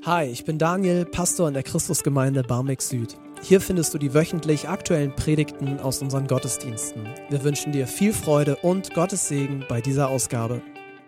Hi, ich bin Daniel, Pastor in der Christusgemeinde Barmbek Süd. Hier findest du die wöchentlich aktuellen Predigten aus unseren Gottesdiensten. Wir wünschen dir viel Freude und Gottes Segen bei dieser Ausgabe.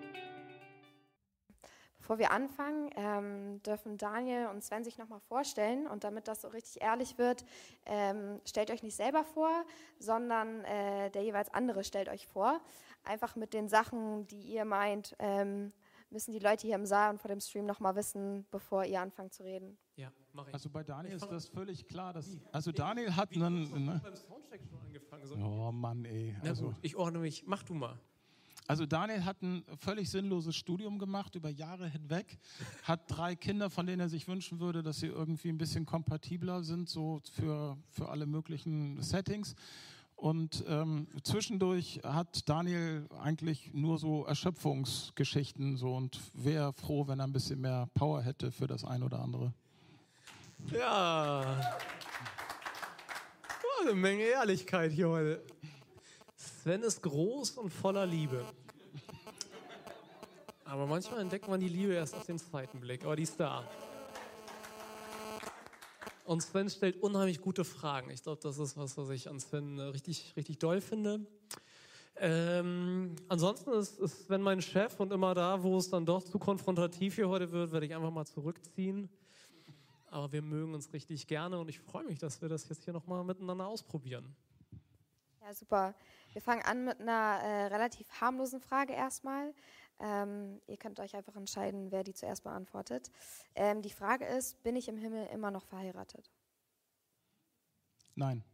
Bevor wir anfangen, dürfen Daniel und Sven sich nochmal vorstellen. Und damit das so richtig ehrlich wird, stellt euch nicht selber vor, sondern der jeweils andere stellt euch vor. Einfach mit den Sachen, die ihr meint, müssen die Leute hier im Saal und vor dem Stream nochmal wissen, bevor ihr anfangt zu reden. Ja, mach ich. Also bei Daniel ist das völlig klar. Also Daniel hat einen... Ne? Beim Soundcheck schon angefangen. So. Oh Mann, ey. Na gut, ich ordne mich. Mach du mal. Also Daniel hat ein völlig sinnloses Studium gemacht, über Jahre hinweg, hat 3 Kinder, von denen er sich wünschen würde, dass sie irgendwie ein bisschen kompatibler sind, so für alle möglichen Settings. Und zwischendurch hat Daniel eigentlich nur so Erschöpfungsgeschichten so und wäre froh, wenn er ein bisschen mehr Power hätte für das ein oder andere. Ja. Oh, eine Menge Ehrlichkeit hier heute. Sven ist groß und voller Liebe. Aber manchmal entdeckt man die Liebe erst auf den zweiten Blick. Aber die ist da. Und Sven stellt unheimlich gute Fragen. Ich glaube, das ist was ich an Sven richtig, richtig doll finde. Ansonsten ist Sven mein Chef und immer da, wo es dann doch zu konfrontativ hier heute wird, werde ich einfach mal zurückziehen. Aber wir mögen uns richtig gerne und ich freue mich, dass wir das jetzt hier nochmal miteinander ausprobieren. Ja, super. Wir fangen an mit einer relativ harmlosen Frage erstmal. Ihr könnt euch einfach entscheiden, wer die zuerst beantwortet. Die Frage ist, bin ich im Himmel immer noch verheiratet? Nein.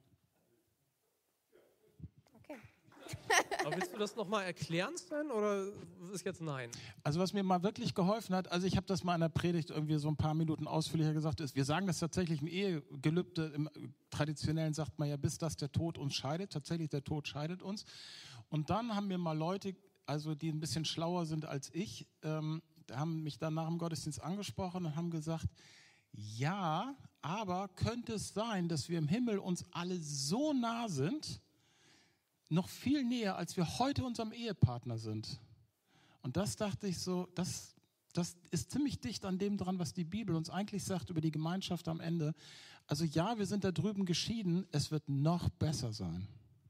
Okay. Aber willst du das nochmal erklären, Sven, oder ist jetzt nein? Also was mir mal wirklich geholfen hat, also ich habe das mal in der Predigt irgendwie so ein paar Minuten ausführlicher gesagt, ist, wir sagen das tatsächlich im Ehegelübde, im Traditionellen sagt man ja, bis dass der Tod uns scheidet, tatsächlich der Tod scheidet uns. Und dann haben mir mal Leute, also die ein bisschen schlauer sind als ich, haben mich dann nach dem Gottesdienst angesprochen und haben gesagt, ja, aber könnte es sein, dass wir im Himmel uns alle so nah sind, noch viel näher, als wir heute unserem Ehepartner sind. Und das dachte ich so, das ist ziemlich dicht an dem dran, was die Bibel uns eigentlich sagt über die Gemeinschaft am Ende. Also ja, wir sind da drüben geschieden, es wird noch besser sein.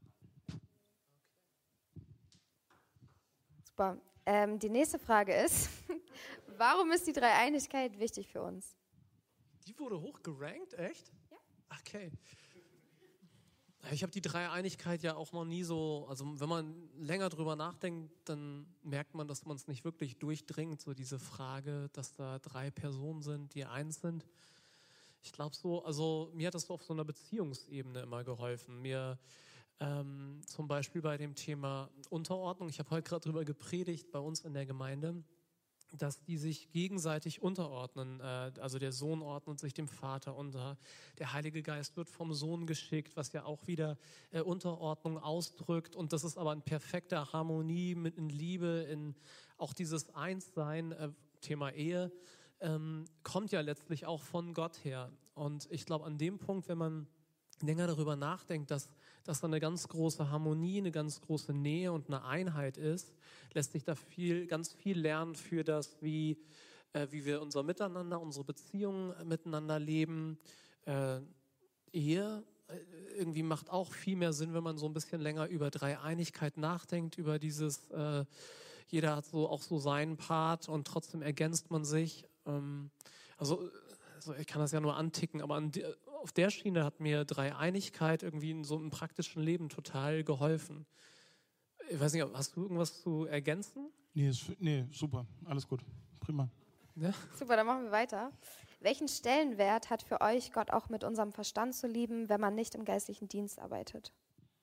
Super. Die nächste Frage ist, warum ist die Dreieinigkeit wichtig für uns? Die wurde hoch gerankt, echt? Ja. Okay. Ich habe die Dreieinigkeit ja auch noch nie so, also wenn man länger drüber nachdenkt, dann merkt man, dass man es nicht wirklich durchdringt, so diese Frage, dass da 3 Personen sind, die eins sind. Ich glaube so, also mir hat das so auf so einer Beziehungsebene immer geholfen. Mir zum Beispiel bei dem Thema Unterordnung, ich habe heute gerade drüber gepredigt bei uns in der Gemeinde, dass die sich gegenseitig unterordnen. Also der Sohn ordnet sich dem Vater unter. Der Heilige Geist wird vom Sohn geschickt, was ja auch wieder Unterordnung ausdrückt. Und das ist aber in perfekter Harmonie, in Liebe, in auch dieses Einssein, Thema Ehe, kommt ja letztlich auch von Gott her. Und ich glaube, an dem Punkt, wenn man länger darüber nachdenkt, dass da eine ganz große Harmonie, eine ganz große Nähe und eine Einheit ist, lässt sich da ganz viel lernen für das, wie wir unser Miteinander, unsere Beziehungen miteinander leben. Ehe irgendwie macht auch viel mehr Sinn, wenn man so ein bisschen länger über Dreieinigkeit nachdenkt, über dieses, jeder hat so auch so seinen Part und trotzdem ergänzt man sich. Also ich kann das ja nur anticken, aber auf der Schiene hat mir Dreieinigkeit irgendwie in so einem praktischen Leben total geholfen. Ich weiß nicht, hast du irgendwas zu ergänzen? Nee, super, alles gut, prima. Ja? Super, dann machen wir weiter. Welchen Stellenwert hat für euch Gott auch mit unserem Verstand zu lieben, wenn man nicht im geistlichen Dienst arbeitet?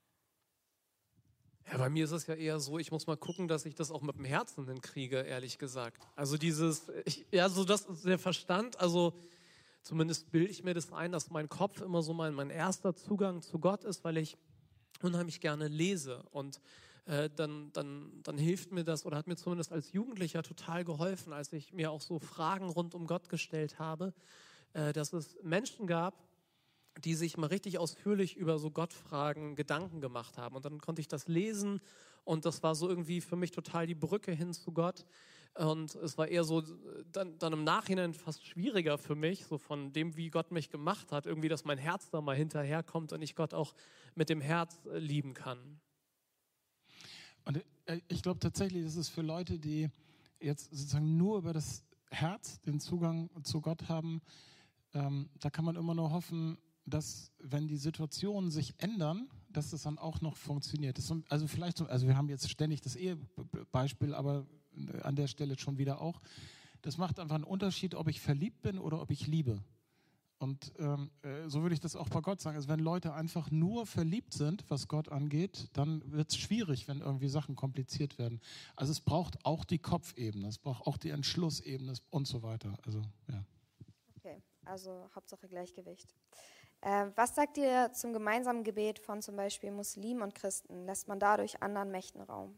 Ja, bei mir ist es ja eher so, ich muss mal gucken, dass ich das auch mit dem Herzen hinkriege, ehrlich gesagt. Also der Verstand, also zumindest bilde ich mir das ein, dass mein Kopf immer so mein erster Zugang zu Gott ist, weil ich unheimlich gerne lese. Und dann hilft mir das oder hat mir zumindest als Jugendlicher total geholfen, als ich mir auch so Fragen rund um Gott gestellt habe, dass es Menschen gab, die sich mal richtig ausführlich über so Gottfragen Gedanken gemacht haben. Und dann konnte ich das lesen Und das war so irgendwie für mich total die Brücke hin zu Gott. Und es war eher so dann im Nachhinein fast schwieriger für mich, so von dem, wie Gott mich gemacht hat, irgendwie, dass mein Herz da mal hinterherkommt und ich Gott auch mit dem Herz lieben kann. Und ich glaube tatsächlich, das ist für Leute, die jetzt sozusagen nur über das Herz den Zugang zu Gott haben, da kann man immer nur hoffen, dass, wenn die Situationen sich ändern, dass das dann auch noch funktioniert. Also wir haben jetzt ständig das Ehebeispiel, aber an der Stelle schon wieder auch. Das macht einfach einen Unterschied, ob ich verliebt bin oder ob ich liebe. Und so würde ich das auch bei Gott sagen. Also wenn Leute einfach nur verliebt sind, was Gott angeht, dann wird es schwierig, wenn irgendwie Sachen kompliziert werden. Also es braucht auch die Kopfebene, es braucht auch die Entschlussebene und so weiter. Also, ja. Okay, also Hauptsache Gleichgewicht. Was sagt ihr zum gemeinsamen Gebet von zum Beispiel Muslimen und Christen? Lässt man dadurch anderen Mächten Raum?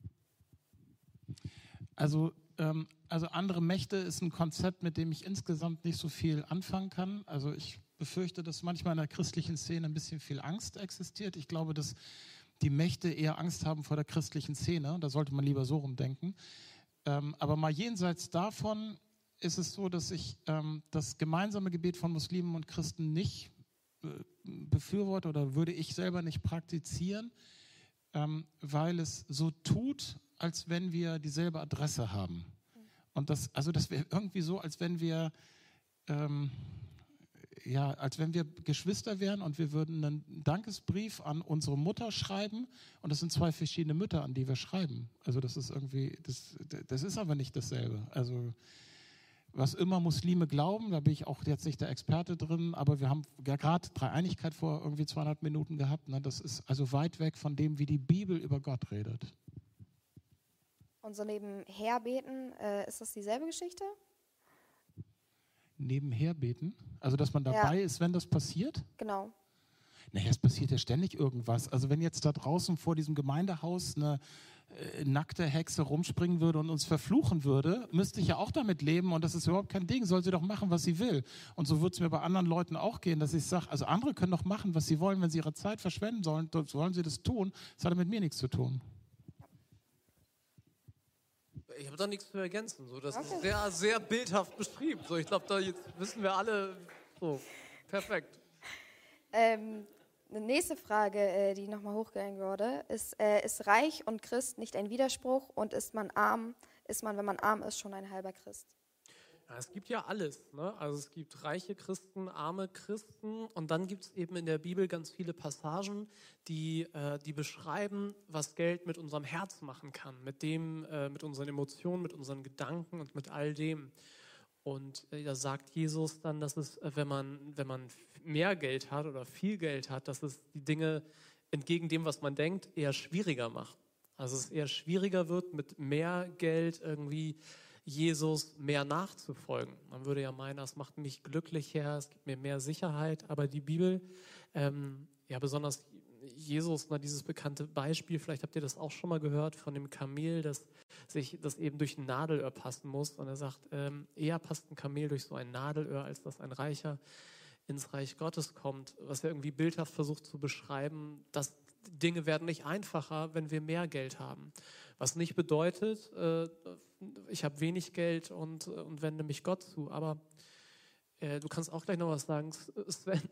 Also andere Mächte ist ein Konzept, mit dem ich insgesamt nicht so viel anfangen kann. Also ich befürchte, dass manchmal in der christlichen Szene ein bisschen viel Angst existiert. Ich glaube, dass die Mächte eher Angst haben vor der christlichen Szene. Da sollte man lieber so rumdenken. Aber mal jenseits davon ist es so, dass ich das gemeinsame Gebet von Muslimen und Christen nicht befürworte oder würde ich selber nicht praktizieren, weil es so tut, als wenn wir dieselbe Adresse haben. Und das wäre irgendwie so, als wenn wir Geschwister wären und wir würden einen Dankesbrief an unsere Mutter schreiben und das sind zwei verschiedene Mütter, an die wir schreiben. Also das ist irgendwie, das ist aber nicht dasselbe. Also was immer Muslime glauben, da bin ich auch jetzt nicht der Experte drin, aber wir haben ja gerade Dreieinigkeit vor irgendwie 200 Minuten gehabt. Ne? Das ist also weit weg von dem, wie die Bibel über Gott redet. Und so nebenher beten, ist das dieselbe Geschichte? Nebenher beten? Also, dass man dabei ist, wenn das passiert? Genau. Naja, es passiert ja ständig irgendwas. Also, wenn jetzt da draußen vor diesem Gemeindehaus eine nackte Hexe rumspringen würde und uns verfluchen würde, müsste ich ja auch damit leben und das ist überhaupt kein Ding. Soll sie doch machen, was sie will. Und so wird es mir bei anderen Leuten auch gehen, dass ich sage, also andere können doch machen, was sie wollen. Wenn sie ihre Zeit verschwenden sollen sie das tun. Das hat mit mir nichts zu tun. Ich habe da nichts zu ergänzen. So, das ist sehr, sehr bildhaft beschrieben. So, ich glaube, da jetzt wissen wir alle so. Perfekt. Eine nächste Frage, die nochmal hochgegangen wurde, ist Reich und Christ nicht ein Widerspruch und ist man, wenn man arm ist, schon ein halber Christ? Ja, es gibt ja alles. Ne? Also es gibt reiche Christen, arme Christen und dann gibt es eben in der Bibel ganz viele Passagen, die beschreiben, was Geld mit unserem Herz machen kann, mit unseren Emotionen, mit unseren Gedanken und mit all dem. Und da sagt Jesus dann, dass es, wenn man mehr Geld hat oder viel Geld hat, dass es die Dinge entgegen dem, was man denkt, eher schwieriger macht. Also es eher schwieriger wird, mit mehr Geld irgendwie Jesus mehr nachzufolgen. Man würde ja meinen, das macht mich glücklicher, es gibt mir mehr Sicherheit, aber die Bibel, besonders Jesus, dieses bekannte Beispiel, vielleicht habt ihr das auch schon mal gehört, von dem Kamel, das eben durch ein Nadelöhr passen muss. Und er sagt, eher passt ein Kamel durch so ein Nadelöhr, als dass ein Reicher ins Reich Gottes kommt. Was er irgendwie bildhaft versucht zu beschreiben, dass Dinge werden nicht einfacher, wenn wir mehr Geld haben. Was nicht bedeutet, ich habe wenig Geld und wende mich Gott zu. Aber du kannst auch gleich noch was sagen, Sven.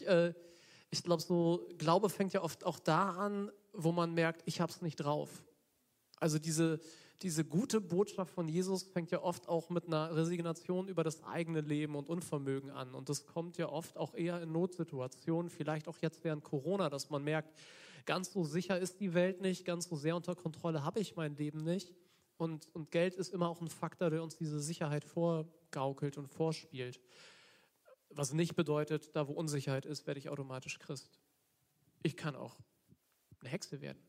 Ich glaube, so Glaube fängt ja oft auch da an, wo man merkt, ich habe es nicht drauf. Also diese gute Botschaft von Jesus fängt ja oft auch mit einer Resignation über das eigene Leben und Unvermögen an. Und das kommt ja oft auch eher in Notsituationen, vielleicht auch jetzt während Corona, dass man merkt, ganz so sicher ist die Welt nicht, ganz so sehr unter Kontrolle habe ich mein Leben nicht. Und Geld ist immer auch ein Faktor, der uns diese Sicherheit vorgaukelt und vorspielt. Was nicht bedeutet, da wo Unsicherheit ist, werde ich automatisch Christ. Ich kann auch eine Hexe werden.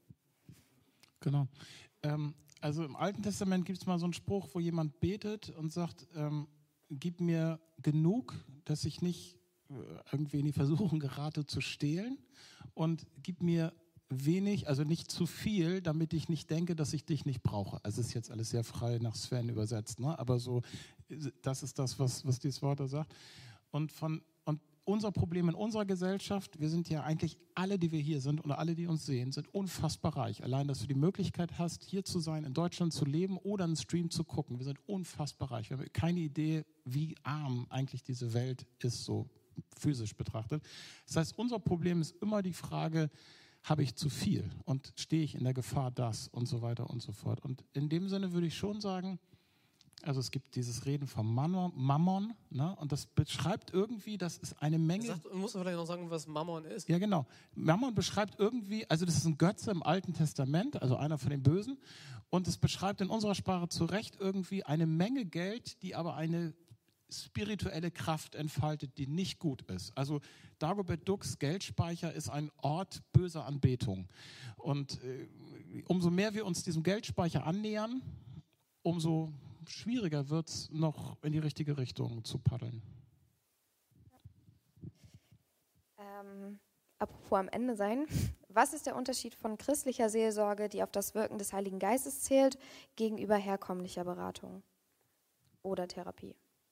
Genau. Also im Alten Testament gibt es mal so einen Spruch, wo jemand betet und sagt, gib mir genug, dass ich nicht irgendwie in die Versuchung gerate zu stehlen und gib mir wenig, also nicht zu viel, damit ich nicht denke, dass ich dich nicht brauche. Also ist jetzt alles sehr frei nach Sven übersetzt, ne? Aber so, das ist das, was dieses Wort da sagt. Und unser Problem in unserer Gesellschaft, wir sind ja eigentlich alle, die wir hier sind und alle, die uns sehen, sind unfassbar reich. Allein, dass du die Möglichkeit hast, hier zu sein, in Deutschland zu leben oder einen Stream zu gucken. Wir sind unfassbar reich. Wir haben keine Idee, wie arm eigentlich diese Welt ist, so physisch betrachtet. Das heißt, unser Problem ist immer die Frage, habe ich zu viel und stehe ich in der Gefahr, das und so weiter und so fort. Und in dem Sinne würde ich schon sagen, also es gibt dieses Reden vom Mammon, ne? Und das beschreibt irgendwie, das ist eine Menge... Musst du vielleicht noch sagen, was Mammon ist? Ja, genau. Mammon beschreibt irgendwie, also das ist ein Götze im Alten Testament, also einer von den Bösen. Und es beschreibt in unserer Sprache zu Recht irgendwie eine Menge Geld, die aber eine spirituelle Kraft entfaltet, die nicht gut ist. Also Dagobert Ducks Geldspeicher ist ein Ort böser Anbetung. Und umso mehr wir uns diesem Geldspeicher annähern, umso schwieriger wird es, noch in die richtige Richtung zu paddeln. Apropos am Ende sein. Was ist der Unterschied von christlicher Seelsorge, die auf das Wirken des Heiligen Geistes zählt, gegenüber herkömmlicher Beratung oder Therapie?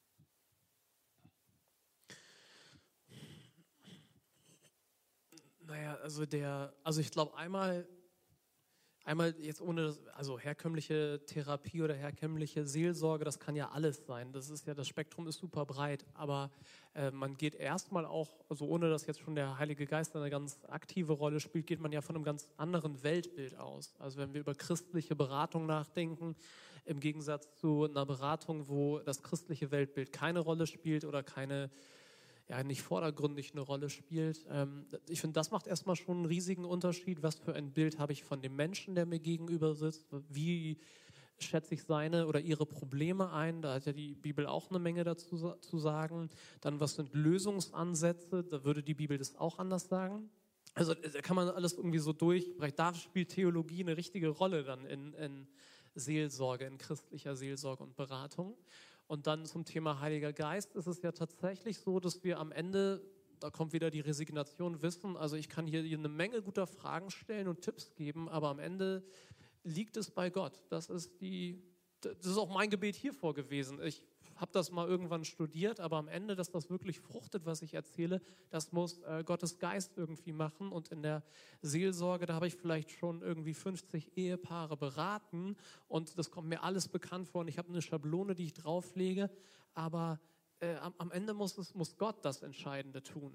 Naja, also ich glaube einmal jetzt ohne, also herkömmliche Therapie oder herkömmliche Seelsorge, das kann ja alles sein. Das Spektrum ist super breit, aber man geht erstmal auch, also ohne dass jetzt schon der Heilige Geist eine ganz aktive Rolle spielt, geht man ja von einem ganz anderen Weltbild aus. Also wenn wir über christliche Beratung nachdenken, im Gegensatz zu einer Beratung, wo das christliche Weltbild keine Rolle spielt oder nicht vordergründig eine Rolle spielt. Ich finde, das macht erstmal schon einen riesigen Unterschied. Was für ein Bild habe ich von dem Menschen, der mir gegenüber sitzt? Wie schätze ich seine oder ihre Probleme ein? Da hat ja die Bibel auch eine Menge dazu zu sagen. Dann, was sind Lösungsansätze? Da würde die Bibel das auch anders sagen. Also da kann man alles irgendwie so durchbrechen. Da spielt Theologie eine richtige Rolle dann in Seelsorge, in christlicher Seelsorge und Beratung. Und dann zum Thema Heiliger Geist ist es ja tatsächlich so, dass wir am Ende, da kommt wieder die Resignation, wissen, also ich kann hier eine Menge guter Fragen stellen und Tipps geben, aber am Ende liegt es bei Gott. Das ist auch mein Gebet hiervor gewesen. Ich habe das mal irgendwann studiert, aber am Ende, dass das wirklich fruchtet, was ich erzähle, das muss Gottes Geist irgendwie machen. Und in der Seelsorge, da habe ich vielleicht schon irgendwie 50 Ehepaare beraten und das kommt mir alles bekannt vor und ich habe eine Schablone, die ich drauflege, aber am Ende muss Gott das Entscheidende tun.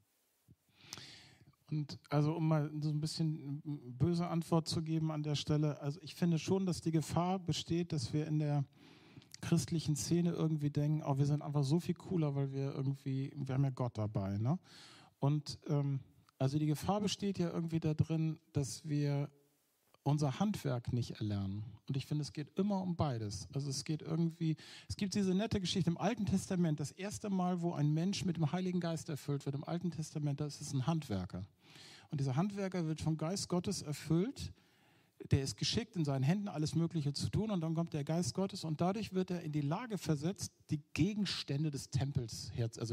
Und also um mal so ein bisschen böse Antwort zu geben an der Stelle, also ich finde schon, dass die Gefahr besteht, dass wir in der christlichen Szene irgendwie denken, oh, wir sind einfach so viel cooler, weil wir haben ja Gott dabei, ne? Und also die Gefahr besteht ja irgendwie da drin, dass wir unser Handwerk nicht erlernen. Und ich finde, es geht immer um beides. Also es gibt diese nette Geschichte im Alten Testament, das erste Mal, wo ein Mensch mit dem Heiligen Geist erfüllt wird, im Alten Testament, das ist ein Handwerker. Und dieser Handwerker wird vom Geist Gottes erfüllt, der ist geschickt, in seinen Händen alles Mögliche zu tun und dann kommt der Geist Gottes und dadurch wird er in die Lage versetzt, die Gegenstände des Tempels,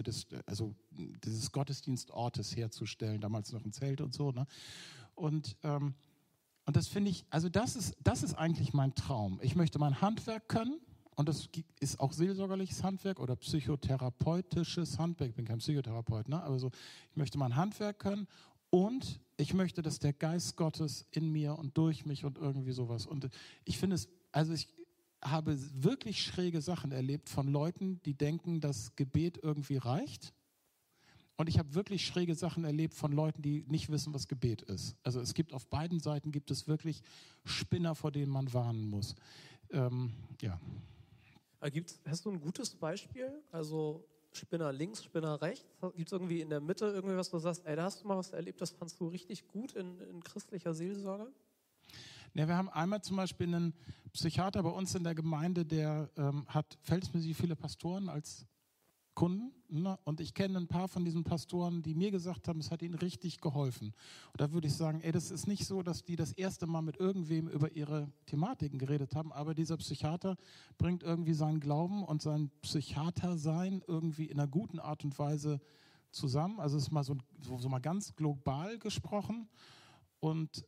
dieses Gottesdienstortes herzustellen, damals noch ein Zelt und so, ne? Und das finde ich, also das ist eigentlich mein Traum. Ich möchte mein Handwerk können und das ist auch seelsorgerliches Handwerk oder psychotherapeutisches Handwerk. Ich bin kein Psychotherapeut, ne? Aber so, ich möchte mein Handwerk können und ich möchte, dass der Geist Gottes in mir und durch mich und irgendwie sowas. Und ich finde es, also ich habe wirklich schräge Sachen erlebt von Leuten, die denken, dass Gebet irgendwie reicht. Und ich habe wirklich schräge Sachen erlebt von Leuten, die nicht wissen, was Gebet ist. Also es gibt auf beiden Seiten wirklich Spinner, vor denen man warnen muss. Ja. Hast du ein gutes Beispiel? Also Spinner links, Spinner rechts? Gibt es irgendwie in der Mitte irgendwie was, wo du sagst, ey, da hast du mal was erlebt, das fandst du richtig gut in christlicher Seelsorge? Ja, wir haben einmal zum Beispiel einen Psychiater bei uns in der Gemeinde, der hat verhältnismäßig viele Pastoren als Kunden, ne? Und ich kenne ein paar von diesen Pastoren, die mir gesagt haben, es hat ihnen richtig geholfen. Und da würde ich sagen, ey, das ist nicht so, dass die das erste Mal mit irgendwem über ihre Thematiken geredet haben, aber dieser Psychiater bringt irgendwie seinen Glauben und sein Psychiatersein irgendwie in einer guten Art und Weise zusammen. Also es ist mal so mal ganz global gesprochen. Und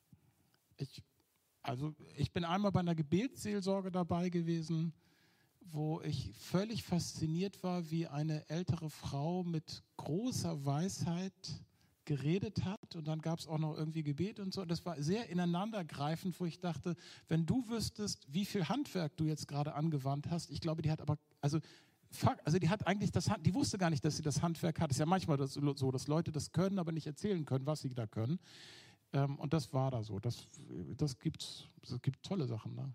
ich bin einmal bei einer Gebetsseelsorge dabei gewesen, wo ich völlig fasziniert war, wie eine ältere Frau mit großer Weisheit geredet hat, und dann gab es auch noch irgendwie Gebet und so. Das war sehr ineinandergreifend, wo ich dachte, wenn du wüsstest, wie viel Handwerk du jetzt gerade angewandt hast, ich glaube, die hat aber, die hat eigentlich die wusste gar nicht, dass sie das Handwerk hat. Es ist ja manchmal so, dass Leute das können, aber nicht erzählen können, was sie da können. Und das war da so. Das gibt tolle Sachen. Ne?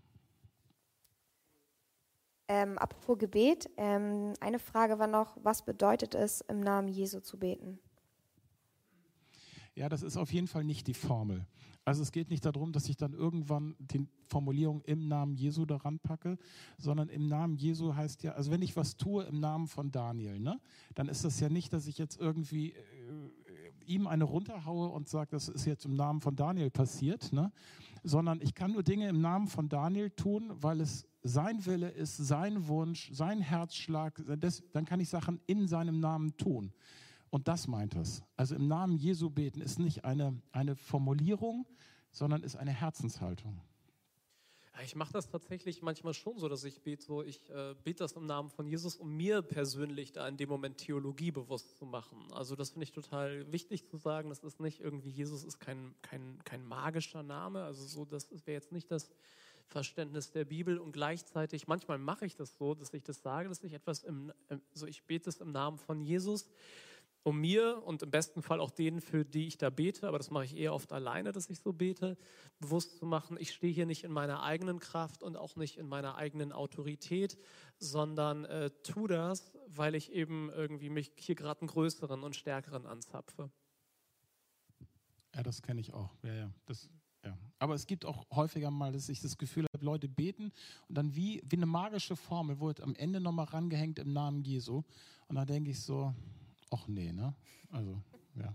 Apropos Gebet, eine Frage war noch, was bedeutet es, im Namen Jesu zu beten? Ja, das ist auf jeden Fall nicht die Formel. Also es geht nicht darum, dass ich dann irgendwann die Formulierung im Namen Jesu daran packe, sondern im Namen Jesu heißt ja, also wenn ich was tue im Namen von Daniel, ne, dann ist das ja nicht, dass ich jetzt irgendwie ihm eine runterhaue und sage, das ist jetzt im Namen von Daniel passiert, ne, sondern ich kann nur Dinge im Namen von Daniel tun, weil es sein Wille ist, sein Wunsch, sein Herzschlag, dann kann ich Sachen in seinem Namen tun. Und das meint es. Also im Namen Jesu beten ist nicht eine Formulierung, sondern ist eine Herzenshaltung. Ja, ich mache das tatsächlich manchmal schon so, dass ich bete ich bete das im Namen von Jesus, um mir persönlich da in dem Moment Theologie bewusst zu machen. Also das finde ich total wichtig zu sagen. Das ist nicht irgendwie, Jesus ist kein magischer Name. Also so, das wäre jetzt nicht das Verständnis der Bibel, und gleichzeitig, manchmal mache ich das so, dass ich das sage, dass ich ich bete es im Namen von Jesus, um mir und im besten Fall auch denen, für die ich da bete, aber das mache ich eher oft alleine, dass ich so bete, bewusst zu machen, ich stehe hier nicht in meiner eigenen Kraft und auch nicht in meiner eigenen Autorität, sondern tue das, weil ich eben irgendwie mich hier gerade einen größeren und stärkeren anzapfe. Ja, das kenne ich auch. Ja. Aber es gibt auch häufiger mal, dass ich das Gefühl habe, Leute beten und dann wie eine magische Formel wird am Ende nochmal rangehängt im Namen Jesu. Und dann denke ich so, ach nee, ne? Also, ja.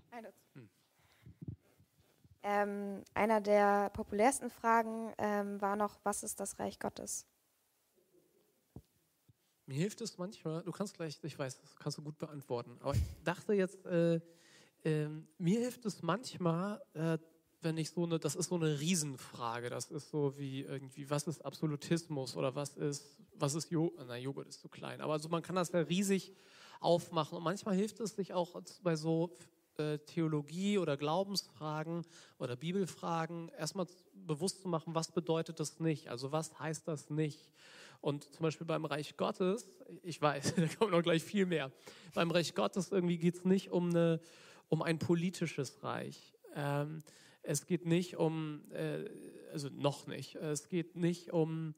Einer der populärsten Fragen war noch, was ist das Reich Gottes? Mir hilft es manchmal, du kannst gleich, ich weiß, das kannst du gut beantworten, aber ich dachte jetzt, mir hilft es manchmal, wenn ich das ist so eine Riesenfrage, das ist so wie irgendwie, was ist Absolutismus oder was ist Joghurt ist zu klein, aber also man kann das ja riesig aufmachen, und manchmal hilft es sich auch bei so Theologie oder Glaubensfragen oder Bibelfragen erstmal bewusst zu machen, was bedeutet das nicht, also was heißt das nicht. Und zum Beispiel beim Reich Gottes, ich weiß, da kommt noch gleich viel mehr, beim Reich Gottes irgendwie geht es nicht um ein politisches Reich. Es geht nicht noch nicht. Es geht nicht um,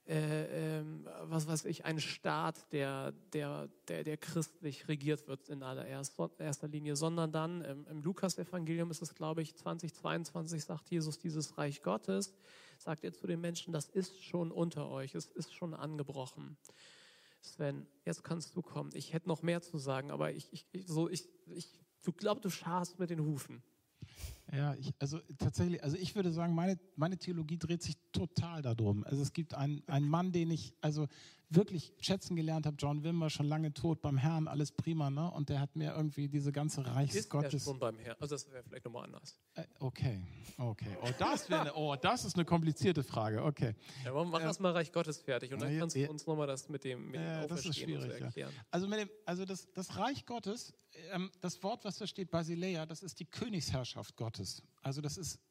einen Staat, der christlich regiert wird in allererster Linie, sondern dann im Lukas-Evangelium ist es, glaube ich, 2022 sagt Jesus, dieses Reich Gottes, sagt er zu den Menschen, das ist schon unter euch, es ist schon angebrochen. Sven, jetzt kannst du kommen. Ich hätte noch mehr zu sagen, aber du glaubst, du scharst mit den Hufen. Ja, ich würde sagen, meine Theologie dreht sich total darum. Also es gibt einen Mann, den ich wirklich schätzen gelernt habe, John Wimber, schon lange tot, beim Herrn, alles prima, ne? Und der hat mir irgendwie diese ganze Reichs Gottes... Ist er schon beim Herrn? Also das wäre vielleicht nochmal anders. Okay. Das ist eine komplizierte Frage, okay. Ja, aber mach erst mal Reich Gottes fertig und dann kannst du uns nochmal das mit dem Auferstehen erklären. Ja. Also das Reich Gottes, das Wort, was da steht, Basileia, das ist die Königsherrschaft Gottes. Also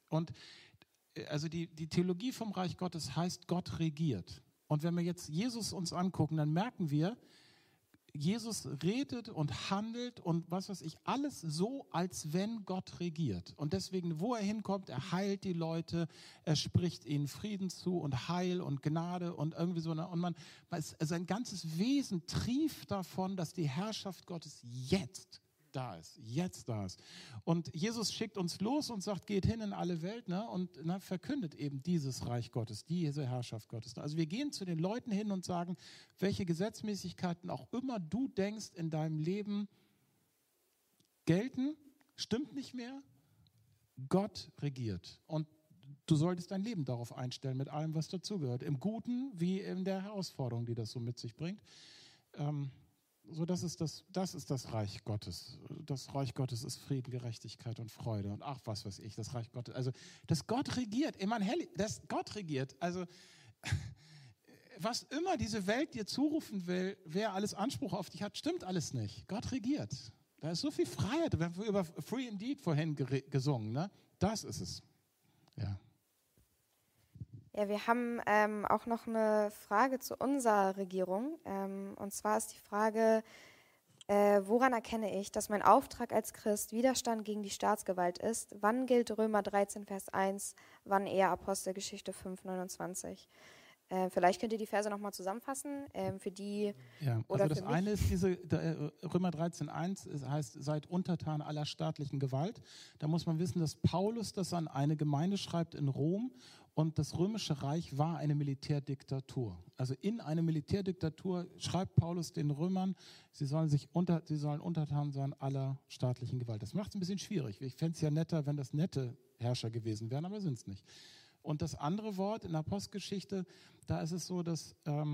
die Theologie vom Reich Gottes heißt, Gott regiert. Und wenn wir jetzt Jesus uns angucken, dann merken wir, Jesus redet und handelt und alles so, als wenn Gott regiert. Und deswegen, wo er hinkommt, er heilt die Leute, er spricht ihnen Frieden zu und Heil und Gnade und irgendwie so. Und sein ganzes Wesen trieft davon, dass die Herrschaft Gottes jetzt da ist. Und Jesus schickt uns los und sagt, geht hin in alle Welt, ne, und verkündet eben dieses Reich Gottes, diese Herrschaft Gottes. Also wir gehen zu den Leuten hin und sagen, welche Gesetzmäßigkeiten auch immer du denkst in deinem Leben gelten, stimmt nicht mehr, Gott regiert. Und du solltest dein Leben darauf einstellen, mit allem, was dazugehört, im Guten wie in der Herausforderung, die das so mit sich bringt. Das ist das Reich Gottes. Das Reich Gottes ist Frieden, Gerechtigkeit und Freude und was weiß ich, das Reich Gottes. Also, dass Gott regiert. Dass Gott regiert. Also, was immer diese Welt dir zurufen will, wer alles Anspruch auf dich hat, stimmt alles nicht. Gott regiert. Da ist so viel Freiheit. Wir haben über Free Indeed vorhin gesungen. Ne? Das ist es. Ja. Ja, wir haben auch noch eine Frage zu unserer Regierung. Und zwar ist die Frage, woran erkenne ich, dass mein Auftrag als Christ Widerstand gegen die Staatsgewalt ist? Wann gilt Römer 13, Vers 1, wann eher Apostelgeschichte 5, 29? Vielleicht könnt ihr die Verse nochmal zusammenfassen, für die oder also das für mich. eine ist Römer 13,1, heißt, seid untertan aller staatlichen Gewalt. Da muss man wissen, dass Paulus das an eine Gemeinde schreibt in Rom und das Römische Reich war eine Militärdiktatur. Also in eine Militärdiktatur schreibt Paulus den Römern, sie sollen untertan sein aller staatlichen Gewalt. Das macht es ein bisschen schwierig. Ich fände es ja netter, wenn das nette Herrscher gewesen wären, aber sind es nicht. Und das andere Wort in der Apostelgeschichte, da ist es so, dass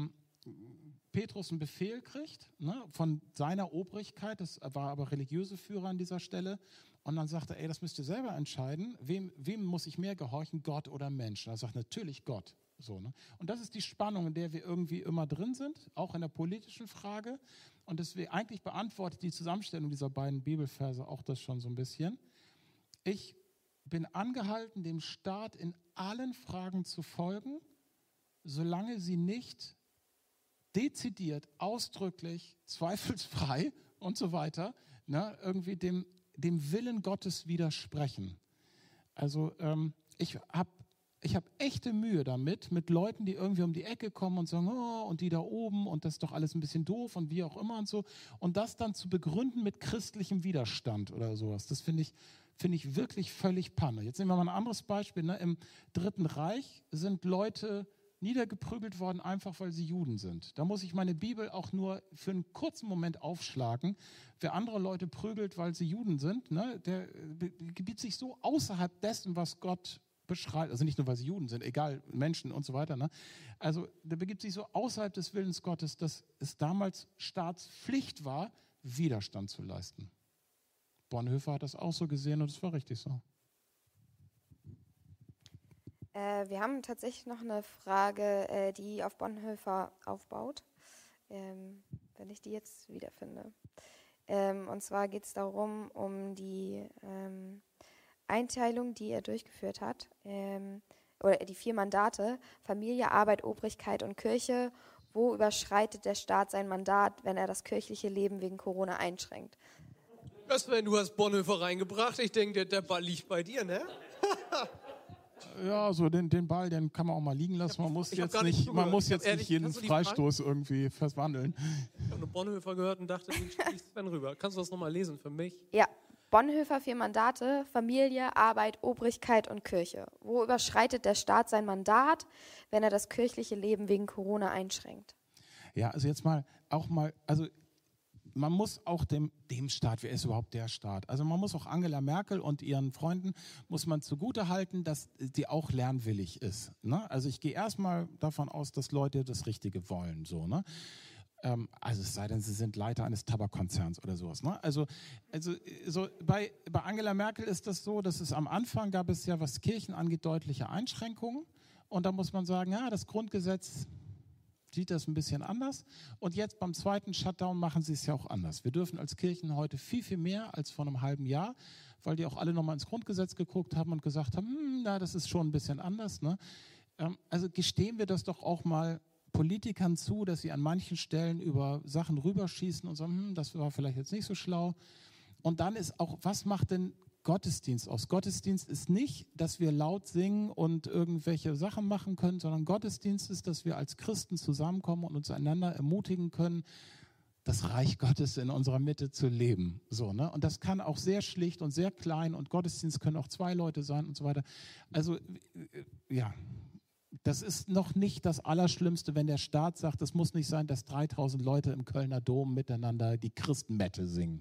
Petrus einen Befehl kriegt, ne, von seiner Obrigkeit, das war aber religiöse Führer an dieser Stelle, und dann sagt er, das müsst ihr selber entscheiden, wem muss ich mehr gehorchen, Gott oder Mensch? Und er sagt, natürlich Gott. So, ne? Und das ist die Spannung, in der wir irgendwie immer drin sind, auch in der politischen Frage. Und deswegen eigentlich beantwortet die Zusammenstellung dieser beiden Bibelverse auch das schon so ein bisschen. Ich bin angehalten, dem Staat in allen Fragen zu folgen, solange sie nicht dezidiert, ausdrücklich, zweifelsfrei und so weiter, ne, irgendwie dem Willen Gottes widersprechen. Also ich hab echte Mühe damit, mit Leuten, die irgendwie um die Ecke kommen und sagen, oh, und die da oben und das ist doch alles ein bisschen doof und wie auch immer und so, und das dann zu begründen mit christlichem Widerstand oder sowas. Das finde ich wirklich völlig Panne. Jetzt nehmen wir mal ein anderes Beispiel. Ne? Im Dritten Reich sind Leute niedergeprügelt worden, einfach weil sie Juden sind. Da muss ich meine Bibel auch nur für einen kurzen Moment aufschlagen. Wer andere Leute prügelt, weil sie Juden sind, ne, der begibt sich so außerhalb dessen, was Gott beschreibt. Also nicht nur, weil sie Juden sind, egal, Menschen und so weiter. Ne? Also der begibt sich so außerhalb des Willens Gottes, dass es damals Staatspflicht war, Widerstand zu leisten. Bonhoeffer hat das auch so gesehen und es war richtig so. Wir haben tatsächlich noch eine Frage, die auf Bonhoeffer aufbaut, wenn ich die jetzt wiederfinde. Und zwar geht es darum, um die Einteilung, die er durchgeführt hat, oder die 4 Mandate, Familie, Arbeit, Obrigkeit und Kirche. Wo überschreitet der Staat sein Mandat, wenn er das kirchliche Leben wegen Corona einschränkt? Sven, du hast Bonhoeffer reingebracht. Ich denke, der Ball liegt bei dir, ne? Ja, so den Ball, den kann man auch mal liegen lassen. Man muss jetzt nicht jeden Freistoß irgendwie verwandeln. Ich habe nur Bonhoeffer gehört und dachte, den spiele ich Sven rüber. Kannst du das nochmal lesen für mich? Ja, Bonhoeffer 4 Mandate, Familie, Arbeit, Obrigkeit und Kirche. Wo überschreitet der Staat sein Mandat, wenn er das kirchliche Leben wegen Corona einschränkt? Ja, also jetzt also man muss auch dem Staat, wer ist überhaupt der Staat? Also man muss auch Angela Merkel und ihren Freunden, muss man zugutehalten, dass die auch lernwillig ist. Ne? Also ich gehe erstmal davon aus, dass Leute das Richtige wollen. So, ne? Also es sei denn, sie sind Leiter eines Tabakkonzerns oder sowas. Ne? Also so bei Angela Merkel ist das so, dass es am Anfang gab es ja, was Kirchen angeht, deutliche Einschränkungen. Und da muss man sagen, ja, das Grundgesetz sieht das ein bisschen anders. Und jetzt beim zweiten Shutdown machen sie es ja auch anders. Wir dürfen als Kirchen heute viel, viel mehr als vor einem halben Jahr, weil die auch alle nochmal ins Grundgesetz geguckt haben und gesagt haben, das ist schon ein bisschen anders. Ne? Also gestehen wir das doch auch mal Politikern zu, dass sie an manchen Stellen über Sachen rüberschießen und sagen, das war vielleicht jetzt nicht so schlau. Und dann ist auch, was macht denn Gottesdienst aus? Gottesdienst ist nicht, dass wir laut singen und irgendwelche Sachen machen können, sondern Gottesdienst ist, dass wir als Christen zusammenkommen und uns einander ermutigen können, das Reich Gottes in unserer Mitte zu leben. So, ne? Und das kann auch sehr schlicht und sehr klein und Gottesdienst können auch 2 Leute sein und so weiter. Also, ja, das ist noch nicht das Allerschlimmste, wenn der Staat sagt, es muss nicht sein, dass 3000 Leute im Kölner Dom miteinander die Christenmette singen.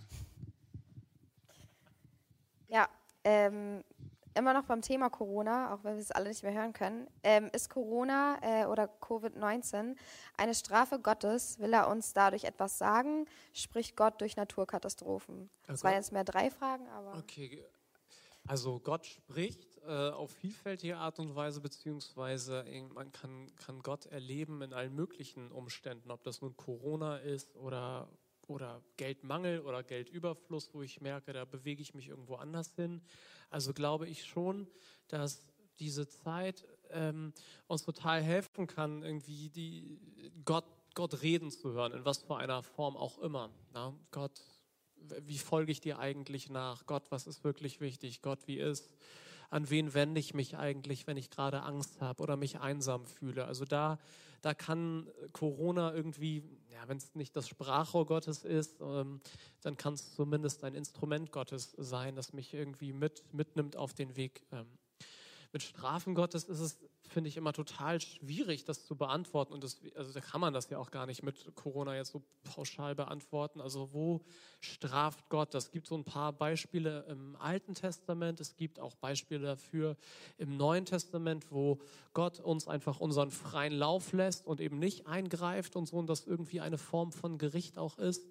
Ja, immer noch beim Thema Corona, auch wenn wir es alle nicht mehr hören können. Ist Corona oder Covid-19 eine Strafe Gottes? Will er uns dadurch etwas sagen? Spricht Gott durch Naturkatastrophen? Das waren jetzt mehr 3 Fragen, aber... Okay, also Gott spricht, auf vielfältige Art und Weise, beziehungsweise man kann Gott erleben in allen möglichen Umständen, ob das nun Corona ist oder Geldmangel oder Geldüberfluss, wo ich merke, da bewege ich mich irgendwo anders hin. Also glaube ich schon, dass diese Zeit uns total helfen kann, irgendwie Gott reden zu hören, in was für einer Form auch immer. Na? Gott, wie folge ich dir eigentlich nach? Gott, was ist wirklich wichtig? Gott, wie ist? An wen wende ich mich eigentlich, wenn ich gerade Angst habe oder mich einsam fühle? Also da kann Corona irgendwie, ja, wenn es nicht das Sprachrohr Gottes ist, dann kann es zumindest ein Instrument Gottes sein, das mich irgendwie mitnimmt auf den Weg. Mit Strafen Gottes ist es, finde ich, immer total schwierig, das zu beantworten. Und also da kann man das ja auch gar nicht mit Corona jetzt so pauschal beantworten. Also wo straft Gott? Es gibt so ein paar Beispiele im Alten Testament. Es gibt auch Beispiele dafür im Neuen Testament, wo Gott uns einfach unseren freien Lauf lässt und eben nicht eingreift und so, und das irgendwie eine Form von Gericht auch ist.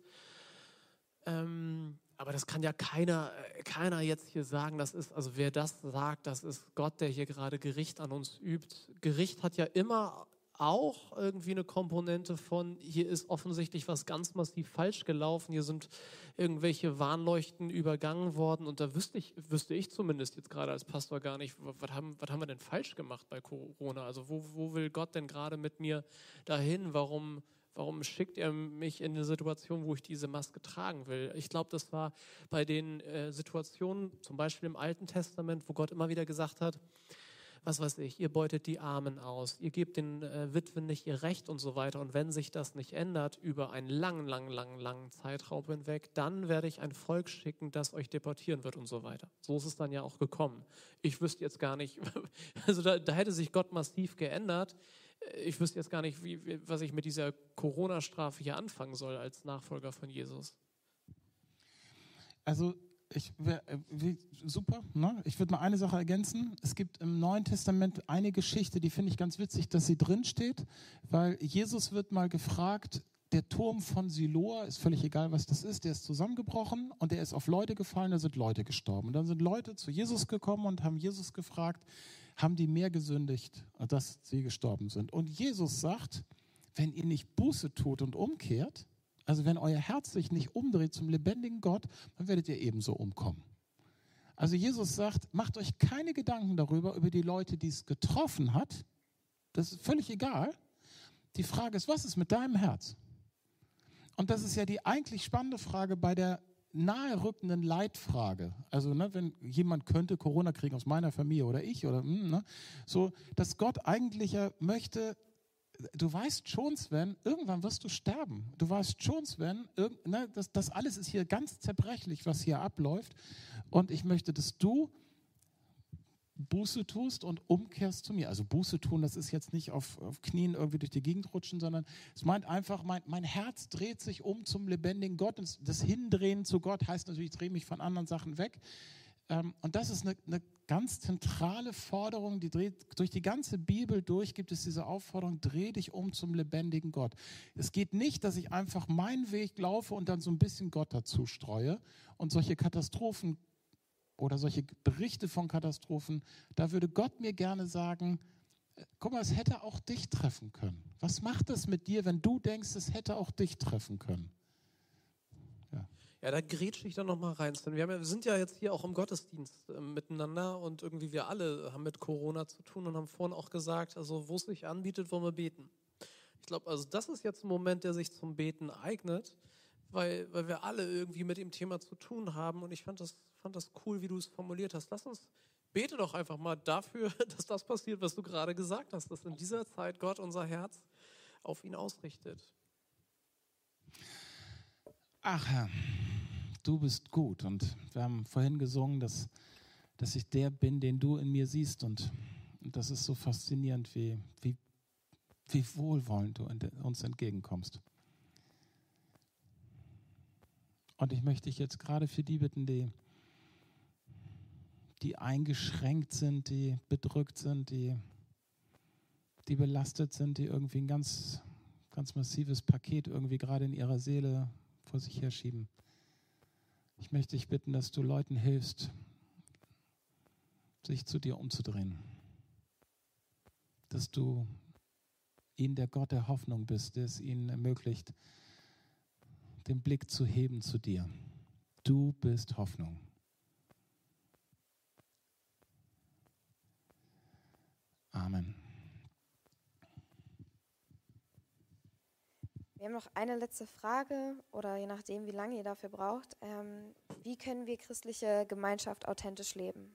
Aber das kann ja keiner jetzt hier sagen, also wer das sagt, das ist Gott, der hier gerade Gericht an uns übt. Gericht hat ja immer auch irgendwie eine Komponente von, hier ist offensichtlich was ganz massiv falsch gelaufen, hier sind irgendwelche Warnleuchten übergangen worden, und da wüsste ich zumindest jetzt gerade als Pastor gar nicht, was haben wir denn falsch gemacht bei Corona? Also wo will Gott denn gerade mit mir dahin? Warum schickt er mich in eine Situation, wo ich diese Maske tragen will? Ich glaube, das war bei den Situationen, zum Beispiel im Alten Testament, wo Gott immer wieder gesagt hat, was weiß ich, ihr beutet die Armen aus, ihr gebt den Witwen nicht ihr Recht und so weiter. Und wenn sich das nicht ändert über einen langen Zeitraum hinweg, dann werde ich ein Volk schicken, das euch deportieren wird und so weiter. So ist es dann ja auch gekommen. Ich wüsste jetzt gar nicht, also da hätte sich Gott massiv geändert. Ich wüsste jetzt gar nicht, was ich mit dieser Corona-Strafe hier anfangen soll als Nachfolger von Jesus. Also super, ne? Ich würde mal eine Sache ergänzen. Es gibt im Neuen Testament eine Geschichte, die finde ich ganz witzig, dass sie drin steht, weil Jesus wird mal gefragt, der Turm von Siloa, ist völlig egal, was das ist, der ist zusammengebrochen und der ist auf Leute gefallen, da sind Leute gestorben. Und dann sind Leute zu Jesus gekommen und haben Jesus gefragt, haben die mehr gesündigt, dass sie gestorben sind? Und Jesus sagt, wenn ihr nicht Buße tut und umkehrt, also wenn euer Herz sich nicht umdreht zum lebendigen Gott, dann werdet ihr ebenso umkommen. Also Jesus sagt, macht euch keine Gedanken darüber, über die Leute, die es getroffen hat. Das ist völlig egal. Die Frage ist, was ist mit deinem Herz? Und das ist ja die eigentlich spannende Frage bei der nahe rückenden Leitfrage. Also wenn jemand könnte Corona kriegen aus meiner Familie oder ich, oder so, dass Gott eigentlich ja möchte, du weißt schon, Sven, irgendwann wirst du sterben. Du weißt schon, Sven, das alles ist hier ganz zerbrechlich, was hier abläuft. Und ich möchte, dass du Buße tust und umkehrst zu mir. Also Buße tun, das ist jetzt nicht auf Knien irgendwie durch die Gegend rutschen, sondern es meint einfach, mein Herz dreht sich um zum lebendigen Gott. Und das Hindrehen zu Gott heißt natürlich, ich drehe mich von anderen Sachen weg. Und das ist eine ganz zentrale Forderung, die durch die ganze Bibel durch, gibt es diese Aufforderung, dreh dich um zum lebendigen Gott. Es geht nicht, dass ich einfach meinen Weg laufe und dann so ein bisschen Gott dazu streue und solche Katastrophen oder solche Berichte von Katastrophen, da würde Gott mir gerne sagen, guck mal, es hätte auch dich treffen können. Was macht das mit dir, wenn du denkst, es hätte auch dich treffen können? Ja, da grätsche ich dann nochmal rein. Wir sind ja jetzt hier auch im Gottesdienst miteinander und irgendwie wir alle haben mit Corona zu tun und haben vorhin auch gesagt, also wo es sich anbietet, wollen wir beten. Ich glaube, also das ist jetzt ein Moment, der sich zum Beten eignet, weil wir alle irgendwie mit dem Thema zu tun haben, und ich fand das cool, wie du es formuliert hast. Bete doch einfach mal dafür, dass das passiert, was du gerade gesagt hast, dass in dieser Zeit Gott unser Herz auf ihn ausrichtet. Ach Herr, du bist gut, und wir haben vorhin gesungen, dass ich der bin, den du in mir siehst, und das ist so faszinierend, wie wohlwollend du uns entgegenkommst. Und ich möchte dich jetzt gerade für die bitten, die eingeschränkt sind, die bedrückt sind, die belastet sind, die irgendwie ein ganz, ganz massives Paket irgendwie gerade in ihrer Seele vor sich herschieben. Ich möchte dich bitten, dass du Leuten hilfst, sich zu dir umzudrehen. Dass du ihnen der Gott der Hoffnung bist, der es ihnen ermöglicht, den Blick zu heben zu dir. Du bist Hoffnung. Amen. Wir haben noch eine letzte Frage oder je nachdem, wie lange ihr dafür braucht. Wie können wir christliche Gemeinschaft authentisch leben?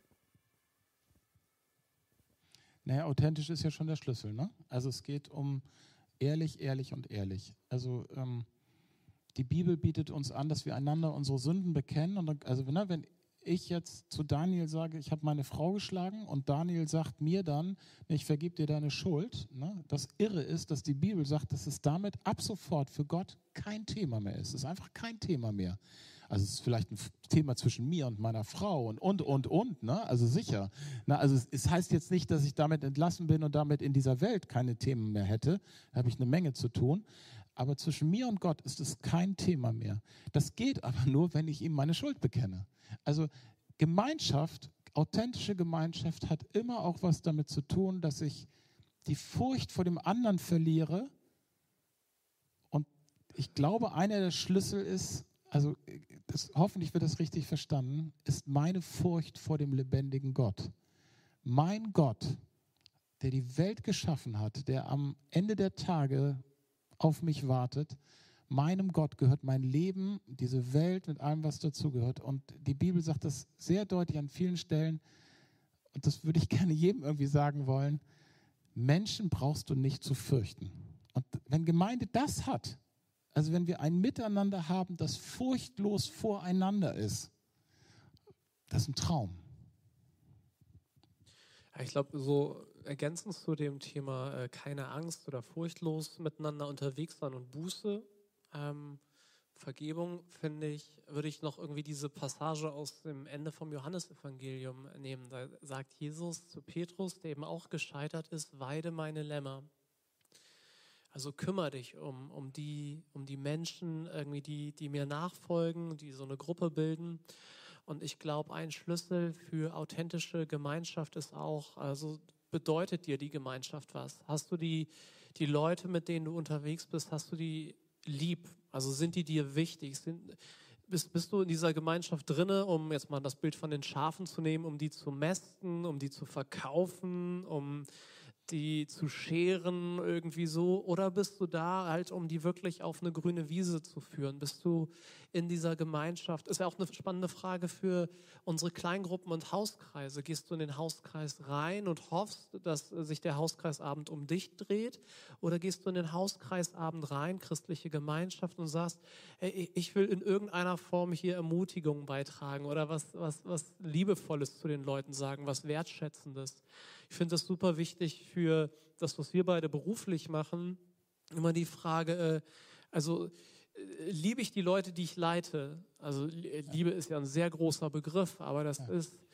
Naja, authentisch ist ja schon der Schlüssel, ne? Also es geht um ehrlich, ehrlich und ehrlich. Also die Bibel bietet uns an, dass wir einander unsere Sünden bekennen. Und dann, also wenn ich jetzt zu Daniel sage, ich habe meine Frau geschlagen und Daniel sagt mir dann, ich vergebe dir deine Schuld. Ne? Das Irre ist, dass die Bibel sagt, dass es damit ab sofort für Gott kein Thema mehr ist. Es ist einfach kein Thema mehr. Also es ist vielleicht ein Thema zwischen mir und meiner Frau und, ne? Also sicher. Na, also es heißt jetzt nicht, dass ich damit entlassen bin und damit in dieser Welt keine Themen mehr hätte. Da habe ich eine Menge zu tun. Aber zwischen mir und Gott ist es kein Thema mehr. Das geht aber nur, wenn ich ihm meine Schuld bekenne. Also Gemeinschaft, authentische Gemeinschaft hat immer auch was damit zu tun, dass ich die Furcht vor dem anderen verliere. Und ich glaube, einer der Schlüssel ist, also hoffentlich wird das richtig verstanden, ist meine Furcht vor dem lebendigen Gott. Mein Gott, der die Welt geschaffen hat, der am Ende der Tage auf mich wartet, meinem Gott gehört mein Leben, diese Welt mit allem, was dazugehört. Und die Bibel sagt das sehr deutlich an vielen Stellen, und das würde ich gerne jedem irgendwie sagen wollen, Menschen brauchst du nicht zu fürchten. Und wenn Gemeinde das hat, also wenn wir ein Miteinander haben, das furchtlos voreinander ist, das ist ein Traum. Ja, ich glaube, so ergänzend zu dem Thema keine Angst oder furchtlos miteinander unterwegs sein und Buße, Vergebung, finde ich, würde ich noch irgendwie diese Passage aus dem Ende vom Johannesevangelium nehmen. Da sagt Jesus zu Petrus, der eben auch gescheitert ist, weide meine Lämmer. Also kümmere dich um die Menschen, irgendwie die mir nachfolgen, die so eine Gruppe bilden. Und ich glaube, ein Schlüssel für authentische Gemeinschaft ist auch, also bedeutet dir die Gemeinschaft was? Hast du die Leute, mit denen du unterwegs bist, hast du die lieb? Also sind die dir wichtig? Bist du in dieser Gemeinschaft drinne, um jetzt mal das Bild von den Schafen zu nehmen, um die zu mästen, um die zu verkaufen, um die zu scheren irgendwie so? Oder bist du da halt, um die wirklich auf eine grüne Wiese zu führen? Bist du in dieser Gemeinschaft? Ist ja auch eine spannende Frage für unsere Kleingruppen und Hauskreise. Gehst du in den Hauskreis rein und hoffst, dass sich der Hauskreisabend um dich dreht? Oder gehst du in den Hauskreisabend rein, christliche Gemeinschaft, und sagst, hey, ich will in irgendeiner Form hier Ermutigung beitragen oder was Liebevolles zu den Leuten sagen, was Wertschätzendes? Ich finde das super wichtig für das, was wir beide beruflich machen. Immer die Frage, liebe ich die Leute, die ich leite? Also Liebe ist ja ein sehr großer Begriff, aber das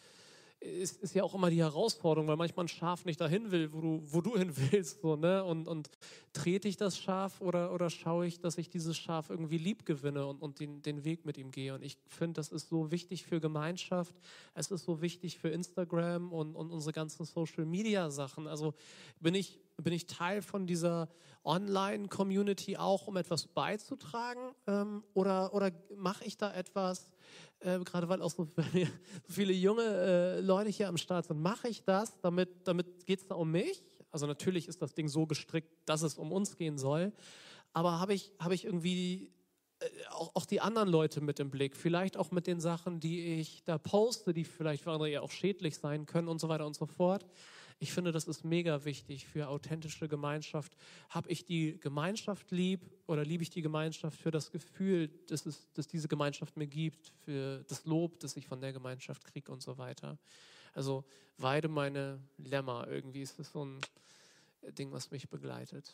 ist ja auch immer die Herausforderung, weil manchmal ein Schaf nicht dahin will, wo du hin willst. So, ne? Und trete ich das Schaf oder schaue ich, dass ich dieses Schaf irgendwie lieb gewinne und den Weg mit ihm gehe? Und ich finde, das ist so wichtig für Gemeinschaft. Es ist so wichtig für Instagram und unsere ganzen Social-Media-Sachen. Also bin ich Teil von dieser Online-Community auch, um etwas beizutragen? Oder mache ich da etwas, gerade weil auch so viele junge Leute hier am Start sind, mache ich das, damit geht es da um mich? Also natürlich ist das Ding so gestrickt, dass es um uns gehen soll, aber habe ich irgendwie auch die anderen Leute mit im Blick, vielleicht auch mit den Sachen, die ich da poste, die vielleicht für andere ja auch schädlich sein können und so weiter und so fort. Ich finde, das ist mega wichtig für authentische Gemeinschaft. Habe ich die Gemeinschaft lieb oder liebe ich die Gemeinschaft für das Gefühl, dass diese Gemeinschaft mir gibt, für das Lob, das ich von der Gemeinschaft kriege und so weiter. Also weide meine Lämmer, irgendwie ist das so ein Ding, was mich begleitet.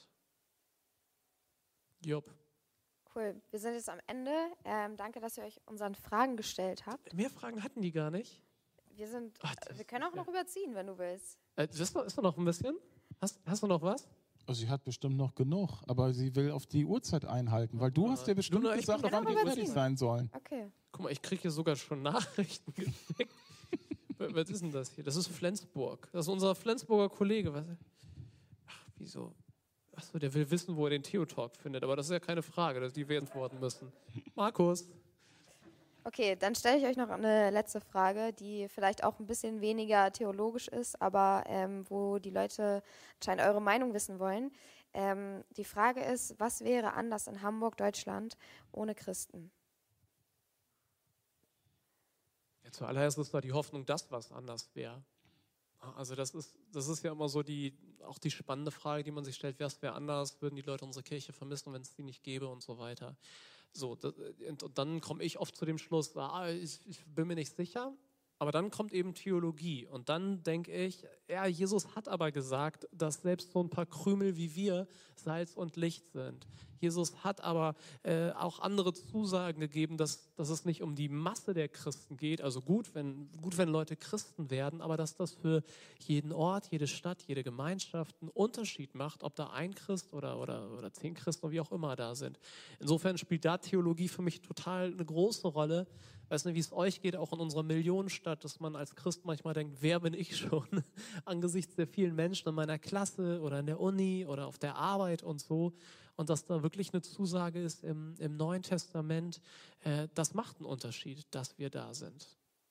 Job. Cool, wir sind jetzt am Ende. Danke, dass ihr euch unseren Fragen gestellt habt. Mehr Fragen hatten die gar nicht. Wir können auch noch überziehen, wenn du willst. Ist da noch ein bisschen? Hast du noch was? Also sie hat bestimmt noch genug, aber sie will auf die Uhrzeit einhalten, weil du hast ja bestimmt gesagt, wann die fertig sein sollen. Okay. Guck mal, ich kriege hier sogar schon Nachrichten geschickt. Was ist denn das hier? Das ist Flensburg. Das ist unser Flensburger Kollege. Was? Ach, wieso? Achso, der will wissen, wo er den Theotalk findet. Aber das ist ja keine Frage, dass die wir antworten müssen. Markus. Okay, dann stelle ich euch noch eine letzte Frage, die vielleicht auch ein bisschen weniger theologisch ist, aber wo die Leute anscheinend eure Meinung wissen wollen. Die Frage ist, was wäre anders in Hamburg, Deutschland, ohne Christen? Ja, zuallererst ist da die Hoffnung, dass was anders wäre. Also das ist ja immer so auch die spannende Frage, die man sich stellt, was wäre anders, würden die Leute unsere Kirche vermissen, wenn es die nicht gäbe und so weiter. So, und dann komme ich oft zu dem Schluss, ich bin mir nicht sicher, aber dann kommt eben Theologie und dann denke ich, ja, Jesus hat aber gesagt, dass selbst so ein paar Krümel wie wir Salz und Licht sind. Jesus hat aber auch andere Zusagen gegeben, dass es nicht um die Masse der Christen geht, also gut, wenn Leute Christen werden, aber dass das für jeden Ort, jede Stadt, jede Gemeinschaft einen Unterschied macht, ob da ein Christ oder 10 Christen oder wie auch immer da sind. Insofern spielt da Theologie für mich total eine große Rolle. Ich weiß nicht, wie es euch geht, auch in unserer Millionenstadt, dass man als Christ manchmal denkt, wer bin ich schon angesichts der vielen Menschen in meiner Klasse oder in der Uni oder auf der Arbeit und so. Und dass da wirklich eine Zusage ist im Neuen Testament, das macht einen Unterschied, dass wir da sind.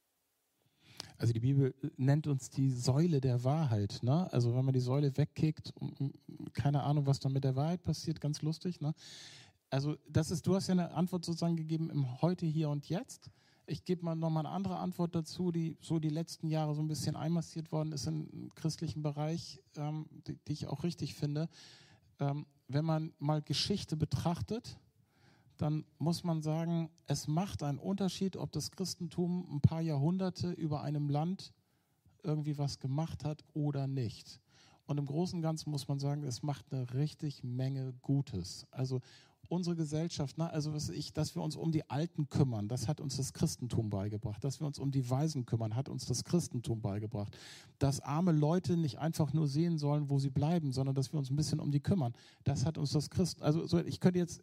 Also die Bibel nennt uns die Säule der Wahrheit. Ne? Also wenn man die Säule wegkickt, keine Ahnung, was dann mit der Wahrheit passiert, ganz lustig. Ne? Also du hast ja eine Antwort sozusagen gegeben im Heute, Hier und Jetzt. Ich gebe mal nochmal eine andere Antwort dazu, die so die letzten Jahre so ein bisschen einmassiert worden ist im christlichen Bereich, die ich auch richtig finde. Wenn man mal Geschichte betrachtet, dann muss man sagen, es macht einen Unterschied, ob das Christentum ein paar Jahrhunderte über einem Land irgendwie was gemacht hat oder nicht. Und im Großen und Ganzen muss man sagen, es macht eine richtig Menge Gutes. Also unsere Gesellschaft, dass wir uns um die Alten kümmern, das hat uns das Christentum beigebracht. Dass wir uns um die Waisen kümmern, hat uns das Christentum beigebracht. Dass arme Leute nicht einfach nur sehen sollen, wo sie bleiben, sondern dass wir uns ein bisschen um die kümmern, das hat uns das Christentum. Also ich könnte jetzt,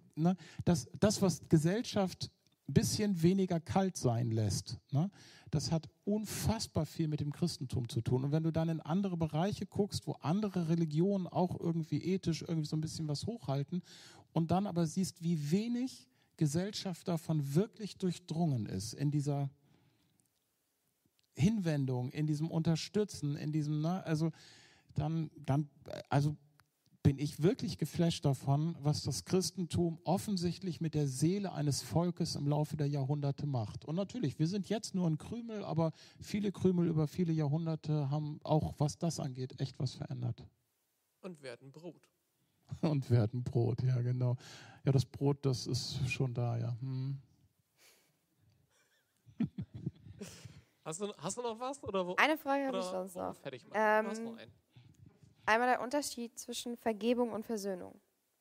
das, was Gesellschaft ein bisschen weniger kalt sein lässt, ne, das hat unfassbar viel mit dem Christentum zu tun. Und wenn du dann in andere Bereiche guckst, wo andere Religionen auch irgendwie ethisch irgendwie so ein bisschen was hochhalten und dann aber siehst, wie wenig Gesellschaft davon wirklich durchdrungen ist, in dieser Hinwendung, in diesem Unterstützen, in diesem, dann bin ich wirklich geflasht davon, was das Christentum offensichtlich mit der Seele eines Volkes im Laufe der Jahrhunderte macht. Und natürlich, wir sind jetzt nur ein Krümel, aber viele Krümel über viele Jahrhunderte haben auch, was das angeht, echt was verändert. Und werden Brot. Und werden Brot, ja genau. Ja, das Brot, das ist schon da, ja. Hast du noch was? Oder eine Frage habe ich sonst noch. Fertig machen. Du hast noch einen. Einmal der Unterschied zwischen Vergebung und Versöhnung.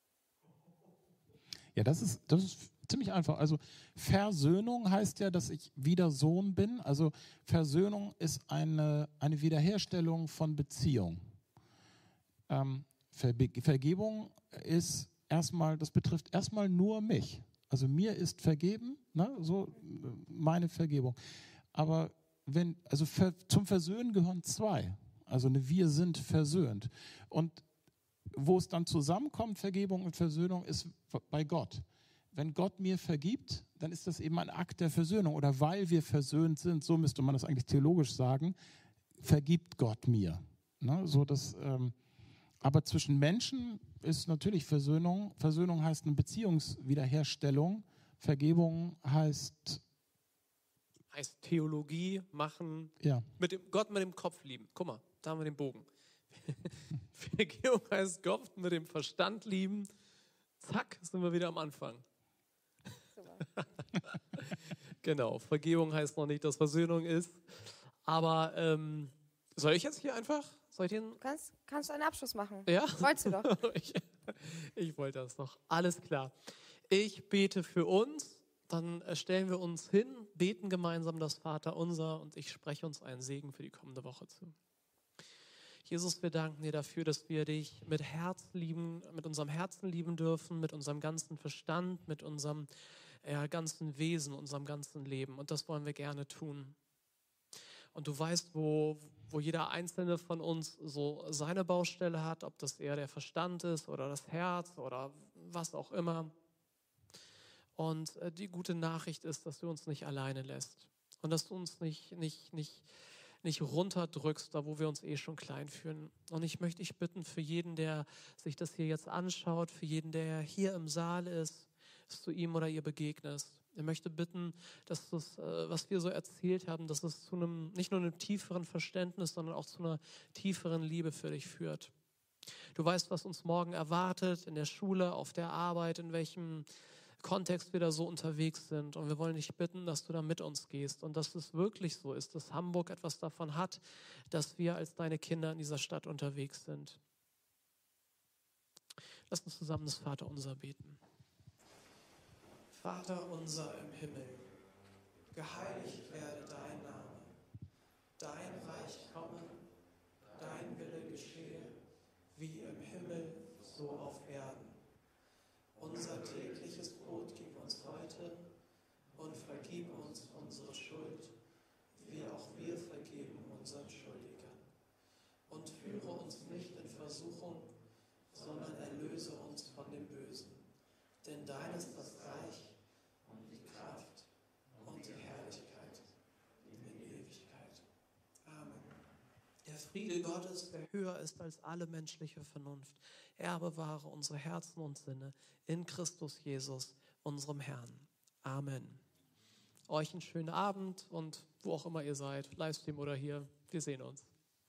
Ja, das ist ziemlich einfach. Also Versöhnung heißt ja, dass ich wieder Sohn bin. Also Versöhnung ist eine Wiederherstellung von Beziehung. Vergebung ist erstmal, das betrifft erstmal nur mich. Also mir ist vergeben, ne, so meine Vergebung. Aber zum Versöhnen gehören zwei. Also wir sind versöhnt. Und wo es dann zusammenkommt, Vergebung und Versöhnung, ist bei Gott. Wenn Gott mir vergibt, dann ist das eben ein Akt der Versöhnung. Oder weil wir versöhnt sind, so müsste man das eigentlich theologisch sagen, vergibt Gott mir. Ne? Aber zwischen Menschen ist natürlich Versöhnung. Versöhnung heißt eine Beziehungswiederherstellung. Vergebung heißt Theologie machen, ja. Gott mit dem Kopf lieben. Guck mal, da haben wir den Bogen. Vergebung heißt Gott mit dem Verstand lieben. Zack, sind wir wieder am Anfang. Super. Genau, Vergebung heißt noch nicht, dass Versöhnung ist. Aber soll ich jetzt hier einfach? Du kannst einen Abschluss machen. Ja? Wolltest du doch. Ich wollte das doch. Alles klar. Ich bete für uns. Dann stellen wir uns hin, beten gemeinsam das Vaterunser und ich spreche uns einen Segen für die kommende Woche zu. Jesus, wir danken dir dafür, dass wir dich mit unserem Herzen lieben dürfen, mit unserem ganzen Verstand, mit unserem ganzen Wesen, unserem ganzen Leben. Und das wollen wir gerne tun. Und du weißt, wo jeder Einzelne von uns so seine Baustelle hat, ob das eher der Verstand ist oder das Herz oder was auch immer. Und die gute Nachricht ist, dass du uns nicht alleine lässt und dass du uns nicht runterdrückst, da wo wir uns schon klein fühlen. Und ich möchte dich bitten, für jeden, der sich das hier jetzt anschaut, für jeden, der hier im Saal ist, dass du ihm oder ihr begegnest. Ich möchte bitten, dass das, was wir so erzählt haben, dass es zu nicht nur einem tieferen Verständnis, sondern auch zu einer tieferen Liebe für dich führt. Du weißt, was uns morgen erwartet, in der Schule, auf der Arbeit, in welchem Kontext wir da so unterwegs sind. Und wir wollen dich bitten, dass du da mit uns gehst und dass es wirklich so ist, dass Hamburg etwas davon hat, dass wir als deine Kinder in dieser Stadt unterwegs sind. Lass uns zusammen das Vaterunser beten. Vater unser im Himmel, geheiligt werde dein Name, dein Reich komme, dein Wille geschehe, wie im Himmel, so auf Erden. Unser tägliches Brot gib uns heute und vergib uns unsere Schuld, wie auch wir vergeben unseren Schuldigern. Und führe uns nicht in Versuchung, sondern erlöse uns von dem Bösen. Denn dein ist das Reich und die Kraft und die Herrlichkeit in Ewigkeit. Amen. Der Friede Gottes, der höher ist als alle menschliche Vernunft, er bewahre unsere Herzen und Sinne in Christus Jesus, unserem Herrn. Amen. Euch einen schönen Abend und wo auch immer ihr seid, Livestream oder hier, wir sehen uns.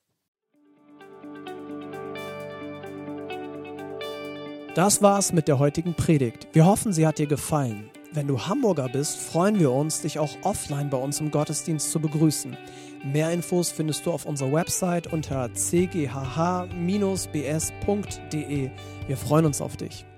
Das war's mit der heutigen Predigt. Wir hoffen, sie hat dir gefallen. Wenn du Hamburger bist, freuen wir uns, dich auch offline bei uns im Gottesdienst zu begrüßen. Mehr Infos findest du auf unserer Website unter cghh-bs.de. Wir freuen uns auf dich.